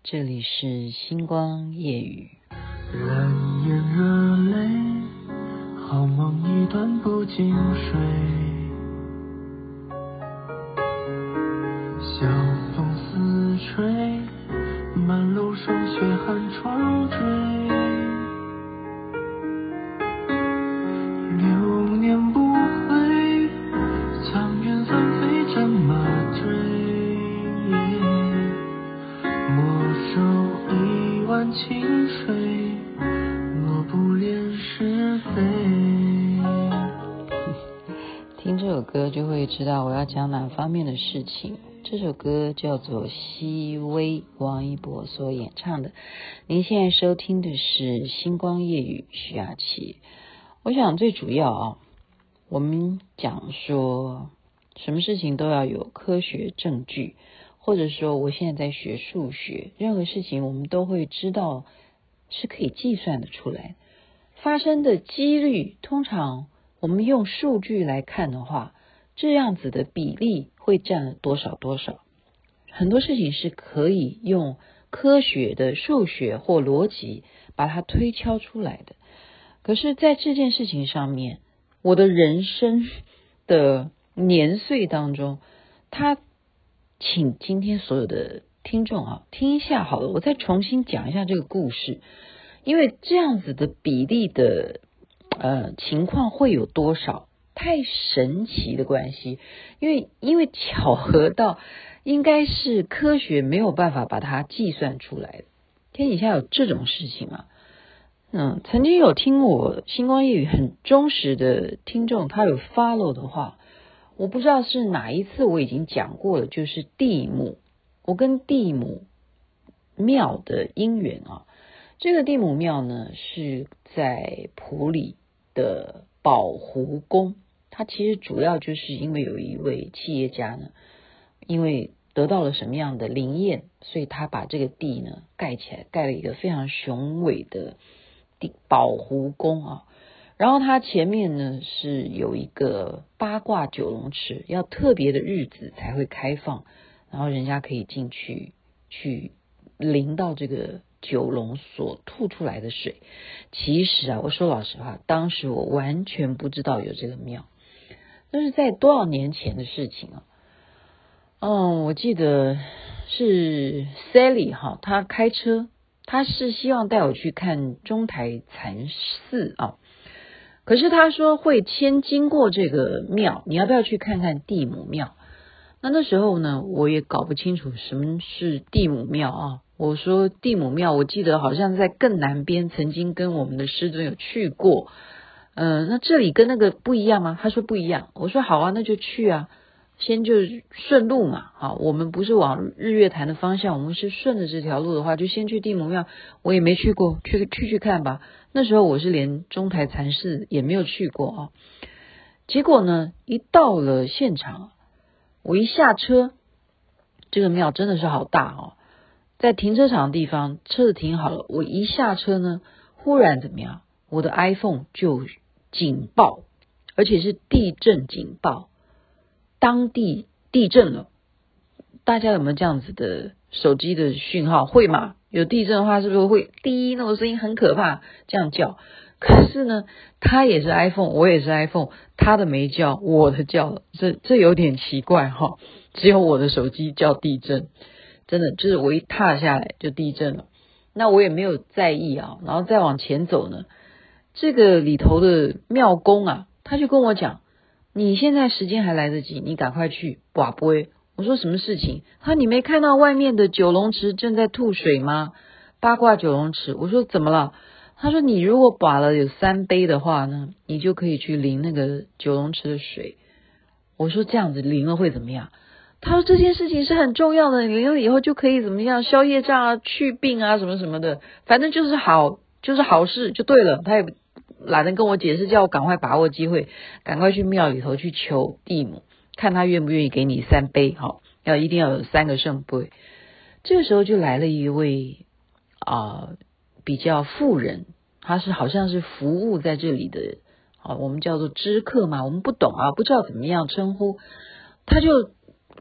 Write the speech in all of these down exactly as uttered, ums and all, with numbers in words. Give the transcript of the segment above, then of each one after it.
这里是星光夜语。 燃眼热泪，好梦一段不经睡，晓风似吹，满楼霜雪寒窗坠，流年不回，苍云翻飞战马追，莫守一碗清水，我不恋是非。 听这首歌就会知道我要讲哪方面的事情。这首歌叫做《熹微》，王一博所演唱的。您现在收听的是星光夜语，徐雅琪。我想最主要啊，我们讲说什么事情都要有科学证据，或者说我现在在学数学，任何事情我们都会知道是可以计算的出来，发生的几率通常我们用数据来看的话，这样子的比例会占了多少多少，很多事情是可以用科学的数学或逻辑把它推敲出来的。可是在这件事情上面，我的人生的年岁当中，他请今天所有的听众啊听一下好了，我再重新讲一下这个故事，因为这样子的比例的呃情况会有多少，太神奇的关系，因为因为巧合到应该是科学没有办法把它计算出来的。天底下有这种事情吗？嗯，曾经有听我星光夜语很忠实的听众，他有 follow 的话，我不知道是哪一次我已经讲过了，就是地母，我跟地母庙的因缘啊。这个地母庙呢是在埔里的宝湖宫，它其实主要就是因为有一位企业家呢，因为得到了什么样的灵验，所以他把这个地呢盖起来，盖了一个非常雄伟的宝湖宫啊。然后它前面呢是有一个八卦九龙池，要特别的日子才会开放，然后人家可以进去去淋到这个九龙所吐出来的水。其实啊，我说老实话，当时我完全不知道有这个庙，那是在多少年前的事情啊。嗯，我记得是 Sally 哈，他开车，他是希望带我去看中台禅寺啊。可是他说会先经过这个庙，你要不要去看看地母庙？那那时候呢，我也搞不清楚什么是地母庙啊。我说地母庙，我记得好像在更南边，曾经跟我们的师尊有去过。嗯、呃，那这里跟那个不一样吗？他说不一样。我说好啊，那就去啊，先就顺路嘛。好，我们不是往日月潭的方向，我们是顺着这条路的话，就先去地母庙。我也没去过，去去去看吧。那时候我是连中台禅寺也没有去过啊。结果呢，一到了现场，我一下车，这个庙真的是好大哦。在停车场的地方，车子停好了，我一下车呢，忽然怎么样？我的 iPhone 就警报，而且是地震警报，当地地震了。大家有没有这样子的手机的讯号？会吗？有地震的话，是不是会滴那种声音很可怕，这样叫？可是呢，他也是 iPhone， 我也是 iPhone， 他的没叫，我的叫了，这这有点奇怪哈。只有我的手机叫地震，真的就是我一踏下来就地震了。那我也没有在意啊，然后再往前走呢，这个里头的庙公啊，他就跟我讲，你现在时间还来得及，你赶快去拔杯。我说什么事情？他说你没看到外面的九龙池正在吐水吗？八卦九龙池。我说怎么了？他说你如果拔了有三杯的话呢，你就可以去淋那个九龙池的水。我说这样子淋了会怎么样？他说这件事情是很重要的，你淋了以后就可以怎么样，消业障啊，去病啊，什么什么的，反正就是好，就是好事就对了。他也懒得跟我解释，叫我赶快把握机会，赶快去庙里头去求地母，看他愿不愿意给你三杯，好，要一定要有三个圣杯。这个时候就来了一位啊、呃、比较富人，他是好像是服务在这里的，啊，我们叫做知客嘛，我们不懂啊，不知道怎么样称呼，他就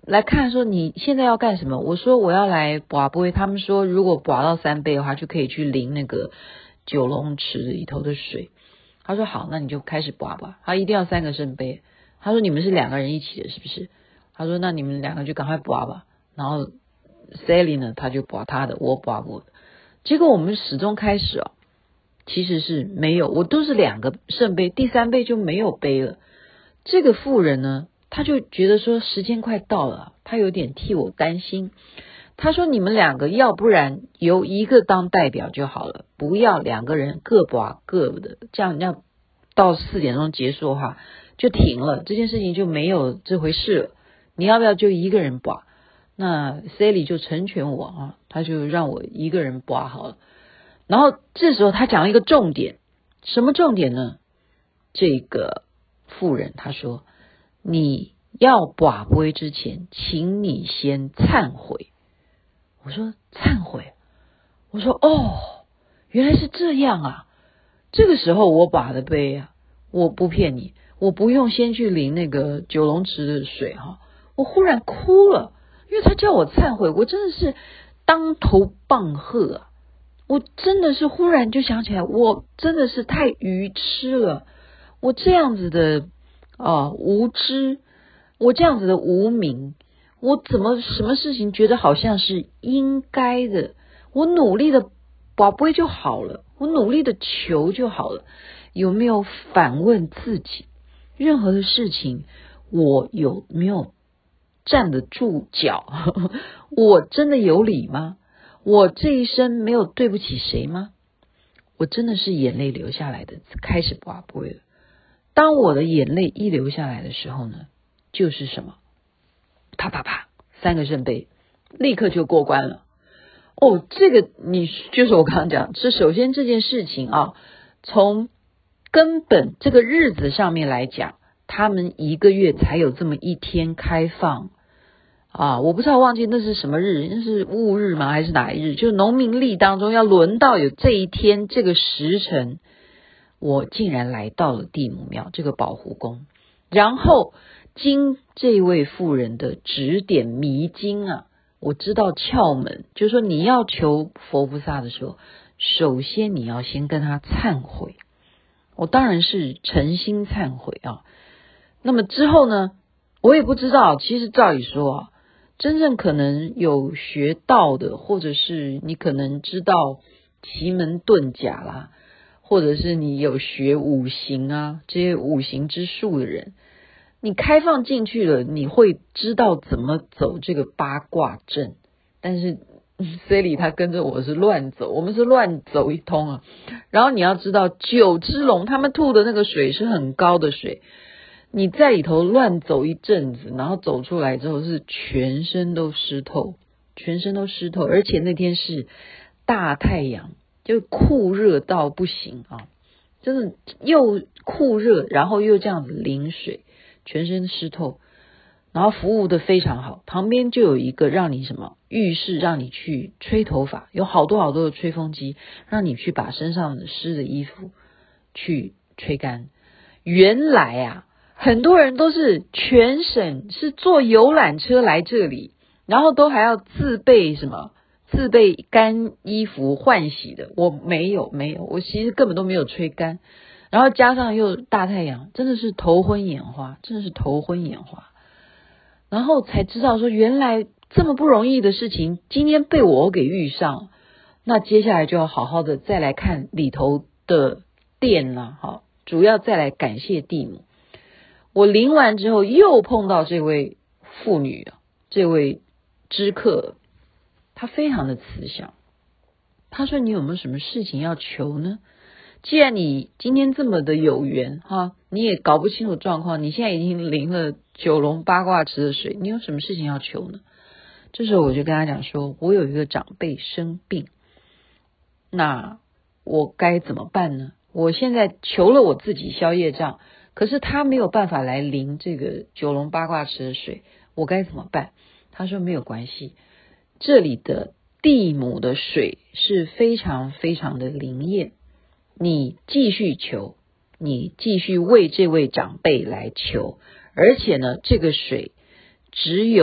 来看说你现在要干什么？我说我要来拔杯，他们说如果拔到三杯的话，就可以去淋那个九龙池里头的水。他说好，那你就开始拔吧。他一定要三个圣杯。他说你们是两个人一起的，是不是？他说那你们两个就赶快拔吧。然后 Sally 呢，他就拔他的，我拔我的。结果我们始终开始哦，其实是没有，我都是两个圣杯，第三杯就没有杯了。这个妇人呢，他就觉得说时间快到了，他有点替我担心。他说你们两个要不然由一个当代表就好了，不要两个人各拔各的，这样要到四点钟结束的话就停了，这件事情就没有这回事了。你要不要就一个人拔？那 Sally 就成全我啊，他就让我一个人拔好了。然后这时候他讲了一个重点，什么重点呢？这个妇人他说你要拔杯之前请你先忏悔。我说忏悔，我说哦，原来是这样啊。这个时候我拔的杯啊，我不骗你，我不用先去淋那个九龙池的水哈，我忽然哭了，因为他叫我忏悔，我真的是当头棒喝啊！我真的是忽然就想起来，我真的是太愚痴了，我这样子的啊、呃、无知，我这样子的无明。我怎么什么事情觉得好像是应该的？我努力的宝贝就好了，我努力的求就好了。有没有反问自己？任何的事情，我有没有站得住脚？我真的有理吗？我这一生没有对不起谁吗？我真的是眼泪流下来的，开始拔杯了。当我的眼泪一流下来的时候呢，就是什么？啪啪啪，三个圣杯，立刻就过关了。哦，这个你就是我刚刚讲，是首先这件事情啊，从根本这个日子上面来讲，他们一个月才有这么一天开放啊，我不知道忘记那是什么日，那是戊日吗？还是哪一日？就是农民历当中要轮到有这一天这个时辰，我竟然来到了地母庙这个保护宫，然后经这位妇人的指点迷津啊，我知道窍门，就是说你要求佛菩萨的时候，首先你要先跟他忏悔。我当然是诚心忏悔啊。那么之后呢，我也不知道，其实照理说啊，真正可能有学道的，或者是你可能知道奇门遁甲啦，或者是你有学五行啊，这些五行之术的人，你开放进去了，你会知道怎么走这个八卦阵。但是 Sally 他跟着我是乱走，我们是乱走一通啊。然后你要知道，九只龙他们吐的那个水是很高的水，你在里头乱走一阵子，然后走出来之后是全身都湿透，全身都湿透，而且那天是大太阳，就酷热到不行啊，真的又酷热，然后又这样子淋水，全身湿透，然后服务的非常好，旁边就有一个让你什么浴室，让你去吹头发，有好多好多的吹风机，让你去把身上的湿的衣服去吹干。原来啊，很多人都是全省是坐游览车来这里，然后都还要自备什么自备干衣服换洗的，我没有没有，我其实根本都没有吹干，然后加上又大太阳，真的是头昏眼花，真的是头昏眼花。然后才知道说，原来这么不容易的事情，今天被我给遇上。那接下来就要好好的再来看里头的店了，哈，主要再来感谢地母。我淋完之后，又碰到这位妇女，这位知客，她非常的慈祥。她说：“你有没有什么事情要求呢？既然你今天这么的有缘哈，你也搞不清楚状况，你现在已经淋了九龙八卦池的水，你有什么事情要求呢？”这时候我就跟他讲说，我有一个长辈生病，那我该怎么办呢？我现在求了我自己消业障，可是他没有办法来淋这个九龙八卦池的水，我该怎么办？他说没有关系，这里的地母的水是非常非常的灵验，你继续求，你继续为这位长辈来求，而且呢，这个水只有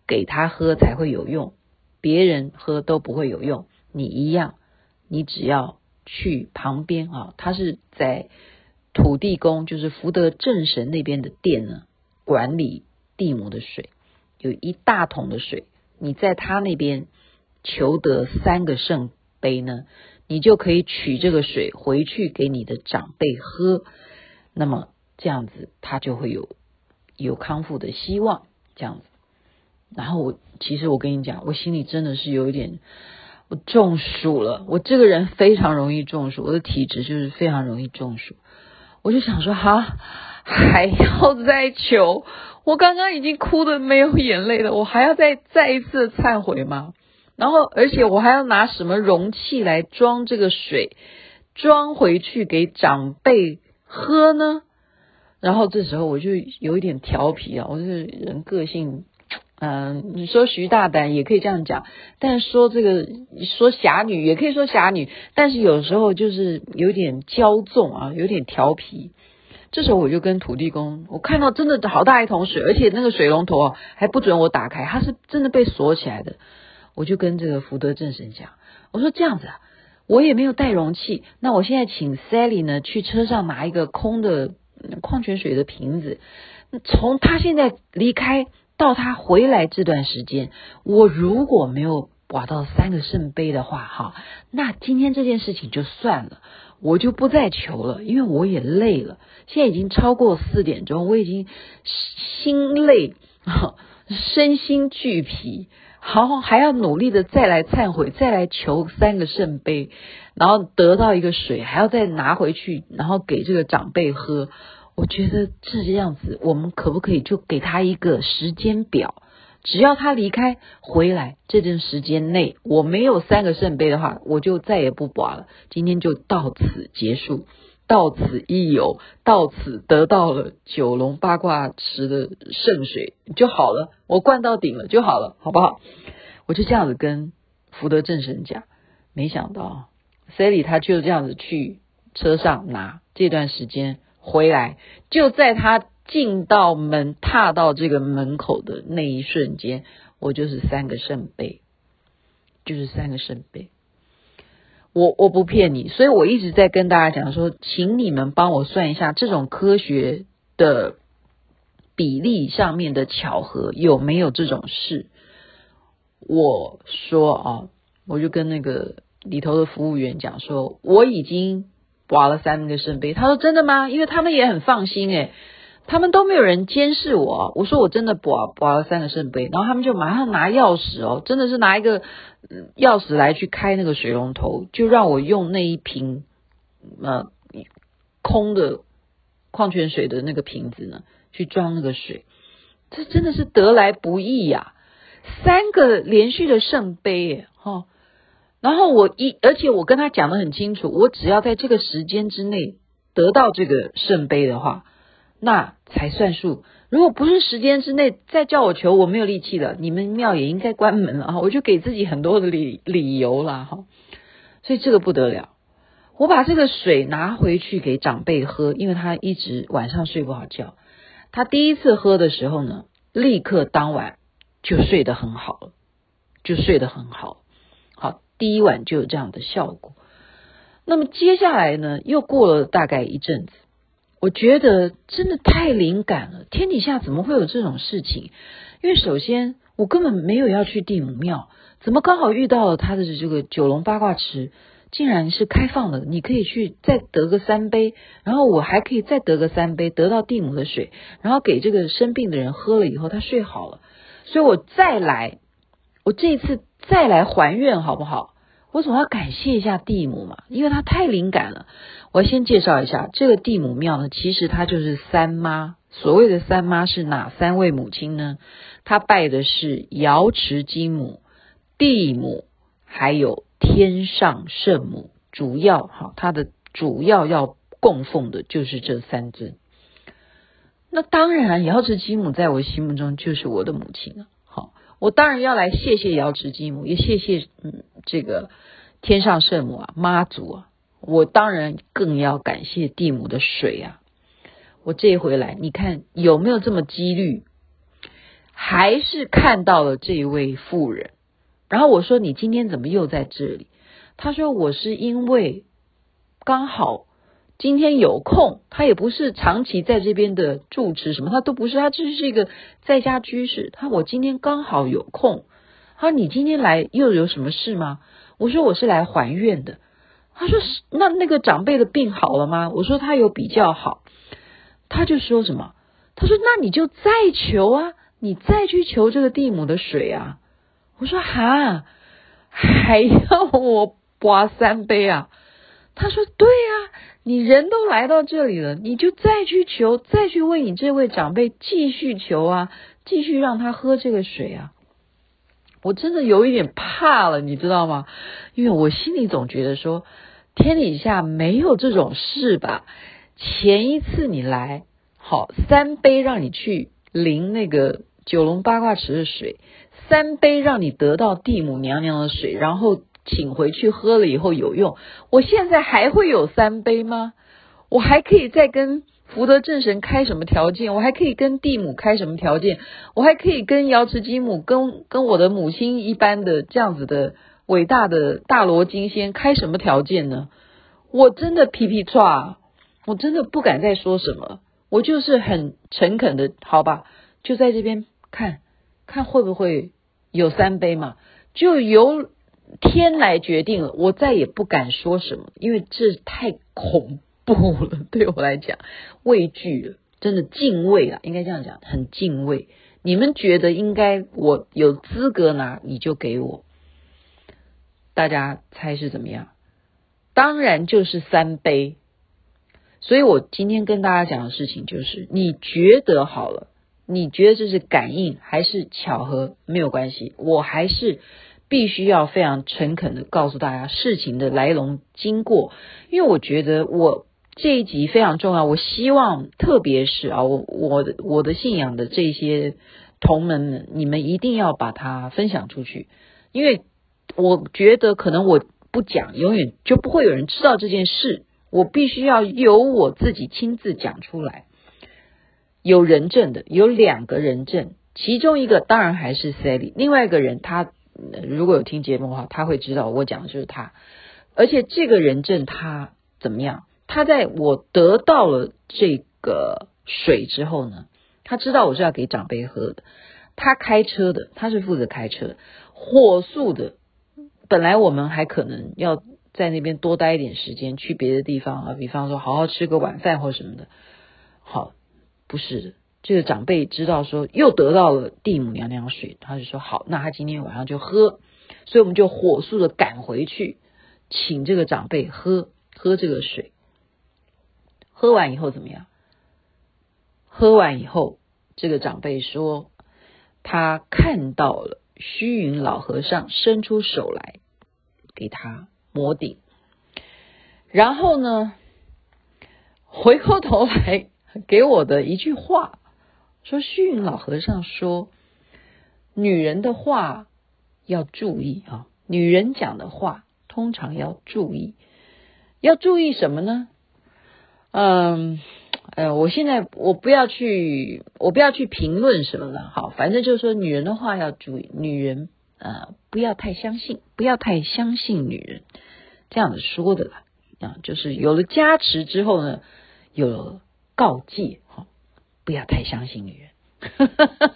给他喝才会有用，别人喝都不会有用，你一样，你只要去旁边啊，他是在土地公，就是福德正神那边的殿呢，管理地母的水，有一大桶的水，你在他那边求得三个圣杯呢，你就可以取这个水回去给你的长辈喝，那么这样子他就会有有康复的希望，这样子。然后我其实我跟你讲，我心里真的是有一点，我中暑了，我这个人非常容易中暑，我的体质就是非常容易中暑。我就想说，哈，还要再求？我刚刚已经哭得没有眼泪了，我还要再再一次忏悔吗？然后，而且我还要拿什么容器来装这个水，装回去给长辈喝呢？然后这时候我就有一点调皮啊，我是人个性，嗯、呃，你说徐大胆也可以这样讲，但是说这个说侠女也可以说侠女，但是有时候就是有点骄纵啊，有点调皮。这时候我就跟土地公，我看到真的好大一桶水，而且那个水龙头啊还不准我打开，它是真的被锁起来的。我就跟这个福德正神讲，我说这样子啊，我也没有带容器，那我现在请 Sally 呢去车上拿一个空的矿泉水的瓶子，从他现在离开到他回来这段时间，我如果没有挖到三个圣杯的话哈，那今天这件事情就算了，我就不再求了，因为我也累了，现在已经超过四点钟，我已经心累身心俱疲，好，还要努力的再来忏悔，再来求三个圣杯，然后得到一个水，还要再拿回去，然后给这个长辈喝。我觉得这样子，我们可不可以就给他一个时间表？只要他离开回来这段时间内，我没有三个圣杯的话，我就再也不拔了。今天就到此结束，到此一游，到此得到了九龙八卦池的圣水就好了，我灌到顶了就好了，好不好？我就这样子跟福德正神讲，没想到 Sally 他就这样子去车上拿，这段时间回来，就在他进到门踏到这个门口的那一瞬间，我就是三个圣杯，就是三个圣杯。我我不骗你，所以我一直在跟大家讲说，请你们帮我算一下这种科学的比例上面的巧合有没有这种事。我说啊，我就跟那个里头的服务员讲说，我已经拔了三个圣杯。他说真的吗？因为他们也很放心诶，他们都没有人监视我。我说我真的拔拔了三个圣杯，然后他们就马上拿钥匙哦，真的是拿一个钥匙来去开那个水龙头，就让我用那一瓶呃空的矿泉水的那个瓶子呢去装那个水。这真的是得来不易呀、啊，三个连续的圣杯耶齁。然后我一而且我跟他讲得很清楚，我只要在这个时间之内得到这个圣杯的话，那才算数。如果不是时间之内再叫我求，我没有力气了，你们庙也应该关门了，我就给自己很多的理理由啦哈。所以这个不得了，我把这个水拿回去给长辈喝，因为他一直晚上睡不好觉。他第一次喝的时候呢，立刻当晚就睡得很好了，就睡得很好。好，第一晚就有这样的效果。那么接下来呢，又过了大概一阵子，我觉得真的太灵感了，天底下怎么会有这种事情？因为首先我根本没有要去地母庙，怎么刚好遇到了他的这个九龙八卦池竟然是开放的，你可以去再得个三杯，然后我还可以再得个三杯，得到地母的水，然后给这个生病的人喝了以后他睡好了，所以我再来，我这一次再来还愿好不好？我总要感谢一下地母嘛，因为它太灵感了。我先介绍一下这个地母庙呢，其实它就是三妈。所谓的三妈是哪三位母亲呢？她拜的是瑶池金母、地母还有天上圣母，主要哈，它的主要要供奉的就是这三尊。那当然瑶池金母在我心目中就是我的母亲啊。好，我当然要来谢谢瑶池金母，也谢谢嗯这个天上圣母啊，妈祖啊。我当然更要感谢地母的水啊。我这一回来，你看有没有这么几率？ 还是看到了这位妇人。然后我说你今天怎么又在这里？他说我是因为刚好今天有空，他也不是长期在这边的住持什么，他都不是，他只是一个在家居士。他我今天刚好有空。他说你今天来又有什么事吗？我说我是来还愿的。他说那那个长辈的病好了吗？我说他有比较好。他就说什么？他说那你就再求啊，你再去求这个地母的水啊。我说哈，还要我拔三杯啊？他说对啊，你人都来到这里了，你就再去求，再去为你这位长辈继续求啊，继续让他喝这个水啊。我真的有一点怕了，你知道吗？因为我心里总觉得说天底下没有这种事吧。前一次你来好三杯让你去淋那个九龙八卦池的水，三杯让你得到地母娘娘的水，然后请回去喝了以后有用，我现在还会有三杯吗？我还可以再跟福德正神开什么条件？我还可以跟地母开什么条件？我还可以跟瑶池金母跟跟我的母亲一般的这样子的伟大的大罗金仙开什么条件呢？我真的皮皮唰，我真的不敢再说什么，我就是很诚恳的，好吧，就在这边看看会不会有三杯嘛，就由天来决定了，我再也不敢说什么，因为这太恐怖了，对我来讲畏惧了，真的敬畏啊，应该这样讲，很敬畏。你们觉得应该我有资格拿，你就给我，大家猜是怎么样？当然就是三杯。所以我今天跟大家讲的事情就是，你觉得好了，你觉得这是感应还是巧合没有关系，我还是必须要非常诚恳的告诉大家事情的来龙经过。因为我觉得我这一集非常重要，我希望特别是啊，我我的我的信仰的这些同门们，你们一定要把它分享出去，因为我觉得可能我不讲，永远就不会有人知道这件事，我必须要由我自己亲自讲出来。有人证的，有两个人证，其中一个当然还是 Sally， 另外一个人他如果有听节目的话，他会知道我讲的就是他。而且这个人证他怎么样？他在我得到了这个水之后呢，他知道我是要给长辈喝的，他开车的，他是负责开车，火速的，本来我们还可能要在那边多待一点时间，去别的地方啊，比方说好好吃个晚饭或什么的。好，不是的，这个长辈知道说又得到了地母娘娘水，他就说好，那他今天晚上就喝，所以我们就火速的赶回去，请这个长辈喝喝这个水。喝完以后怎么样？喝完以后，这个长辈说他看到了虚云老和尚伸出手来给他摩顶，然后呢回过头来给我的一句话，说虚云老和尚说女人的话要注意啊，女人讲的话通常要注意，要注意什么呢？嗯呃，我现在我不要去我不要去评论什么了，好，反正就是说女人的话要注意，女人呃不要太相信，不要太相信女人，这样子说的啦啊，就是有了加持之后呢，有了告诫，好，不要太相信女人，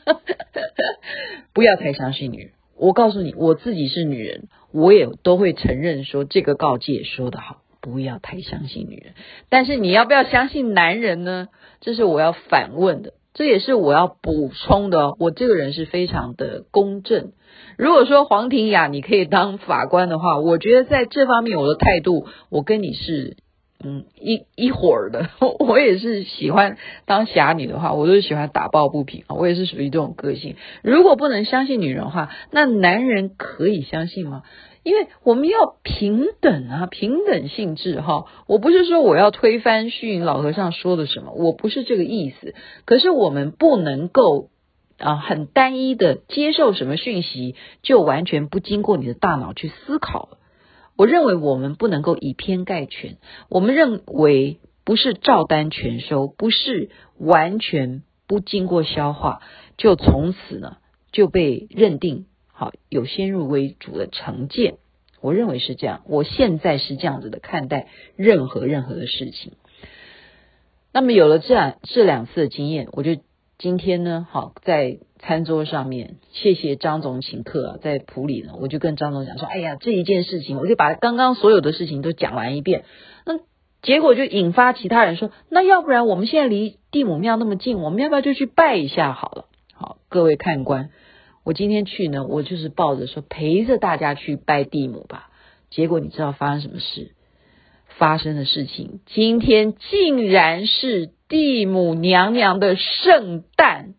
不要太相信女人。我告诉你，我自己是女人，我也都会承认说这个告诫说得好，不要太相信女人。但是你要不要相信男人呢？这是我要反问的，这也是我要补充的哦。我这个人是非常的公正。如果说黄庭雅你可以当法官的话，我觉得在这方面我的态度，我跟你是嗯一一伙儿的。我也是喜欢当侠女的话，我都是喜欢打抱不平，我也是属于这种个性。如果不能相信女人的话，那男人可以相信吗？因为我们要平等啊，平等性质哈。我不是说我要推翻虚云老和尚说的什么，我不是这个意思。可是我们不能够啊很单一的接受什么讯息，就完全不经过你的大脑去思考了。我认为我们不能够以偏概全，我们认为不是照单全收，不是完全不经过消化，就从此呢就被认定好有先入为主的成见。我认为是这样，我现在是这样子的看待任何任何的事情。那么有了这样这两次的经验，我就今天呢，好在餐桌上面，谢谢张总请客啊，在埔里呢，我就跟张总讲说，哎呀，这一件事情，我就把刚刚所有的事情都讲完一遍。那结果就引发其他人说，那要不然我们现在离地母庙那么近，我们要不要就去拜一下好了？好，各位看官，我今天去呢，我就是抱着说陪着大家去拜地母吧。结果你知道发生什么事？发生的事情，今天竟然是地母娘娘的圣诞，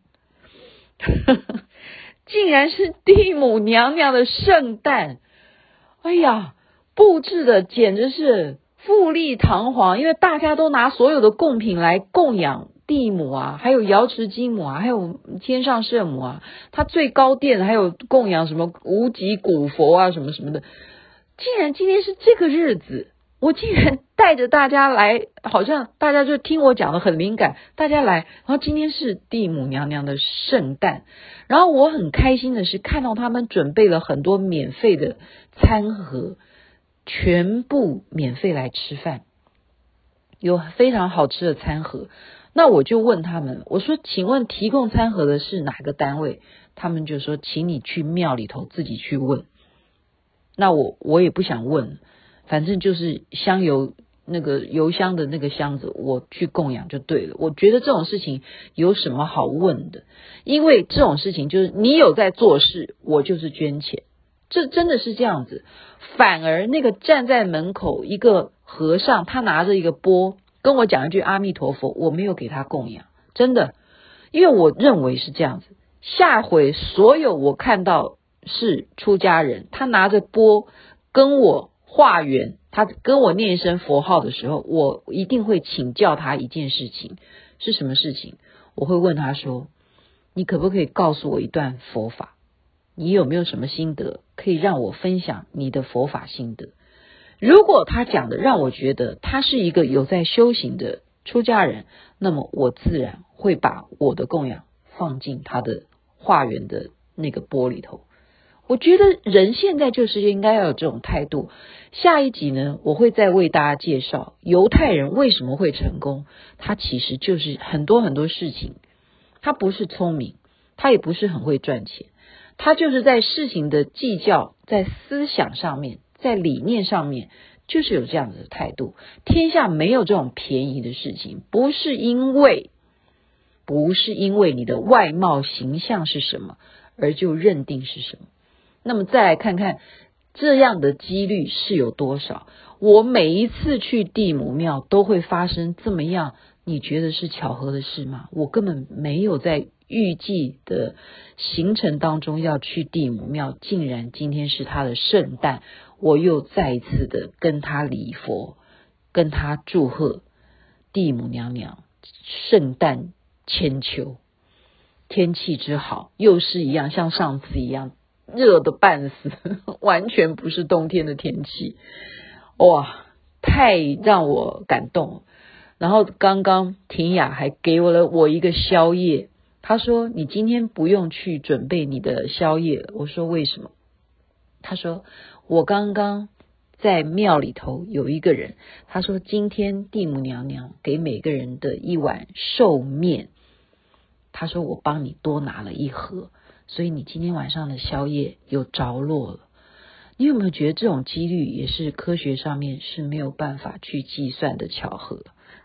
竟然是地母娘娘的圣诞。哎呀，布置的简直是富丽堂皇，因为大家都拿所有的贡品来供养地母啊，还有瑶池金母啊，还有天上圣母啊，它最高殿还有供养什么无极古佛啊什么什么的。竟然今天是这个日子，我竟然带着大家来，好像大家就听我讲的很敏感，大家来，然后今天是地母娘娘的圣诞，然后我很开心的是看到他们准备了很多免费的餐盒，全部免费来吃饭，有非常好吃的餐盒。那我就问他们，我说请问提供餐盒的是哪个单位？他们就说请你去庙里头自己去问。那我我也不想问，反正就是香油那个邮箱的那个箱子我去供养就对了。我觉得这种事情有什么好问的，因为这种事情就是你有在做事，我就是捐钱，这真的是这样子。反而那个站在门口一个和尚，他拿着一个钵跟我讲一句阿弥陀佛，我没有给他供养，真的，因为我认为是这样子。下回所有我看到是出家人，他拿着钵跟我化缘，他跟我念一声佛号的时候，我一定会请教他一件事情。是什么事情？我会问他说，你可不可以告诉我一段佛法？你有没有什么心得可以让我分享你的佛法心得？如果他讲的让我觉得他是一个有在修行的出家人，那么我自然会把我的供养放进他的化缘的那个钵里头。我觉得人现在就是应该要有这种态度。下一集呢，我会再为大家介绍犹太人为什么会成功。他其实就是很多很多事情，他不是聪明，他也不是很会赚钱，他就是在事情的计较，在思想上面，在理念上面，就是有这样子的态度。天下没有这种便宜的事情，不是因为不是因为你的外貌形象是什么而就认定是什么。那么再来看看这样的几率是有多少。我每一次去地母庙都会发生这么样，你觉得是巧合的事吗？我根本没有在预计的行程当中要去地母庙，竟然今天是他的圣诞，我又再一次的跟他礼佛，跟他祝贺地母娘娘圣诞千秋。天气之好，又是一样像上次一样热的半死，完全不是冬天的天气，哇，太让我感动。然后刚刚婷雅还给我了我一个宵夜，她说你今天不用去准备你的宵夜了。我说为什么？她说我刚刚在庙里头有一个人，她说今天地母娘娘给每个人的一碗寿面，她说我帮你多拿了一盒，所以你今天晚上的宵夜有着落了。你有没有觉得这种几率也是科学上面是没有办法去计算的巧合？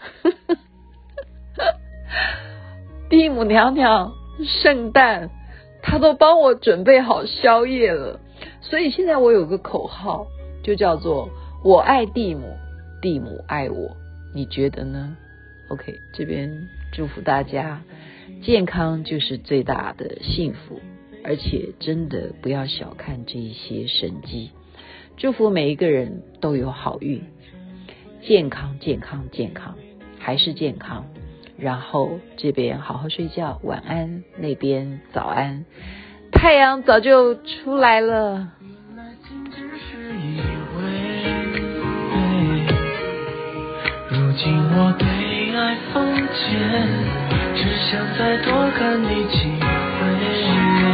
地母娘娘圣诞她都帮我准备好宵夜了，所以现在我有个口号，就叫做我爱地母，地母爱我，你觉得呢？ OK， 这边祝福大家健康就是最大的幸福，而且真的不要小看这一些神迹。祝福每一个人都有好运，健康健康健康，还是健康。然后这边好好睡觉，晚安，那边早安，太阳早就出来了。 如今我对爱封建，只想再多看你几回。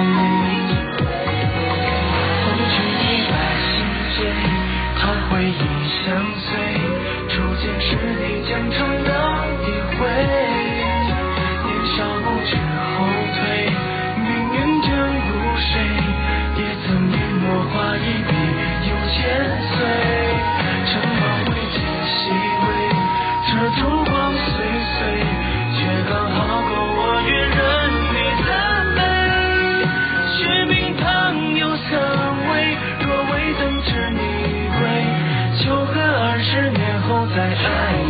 红尘一百心醉，好回忆相随，初见时你将成了一回。年少不知后退，命运真如水，也曾云墨画一笔又千岁。城堡未见细微，这烛光岁岁，却刚好够我阅人你的美。雪冰糖有香味，若未等至你归，秋荷二十年后再爱。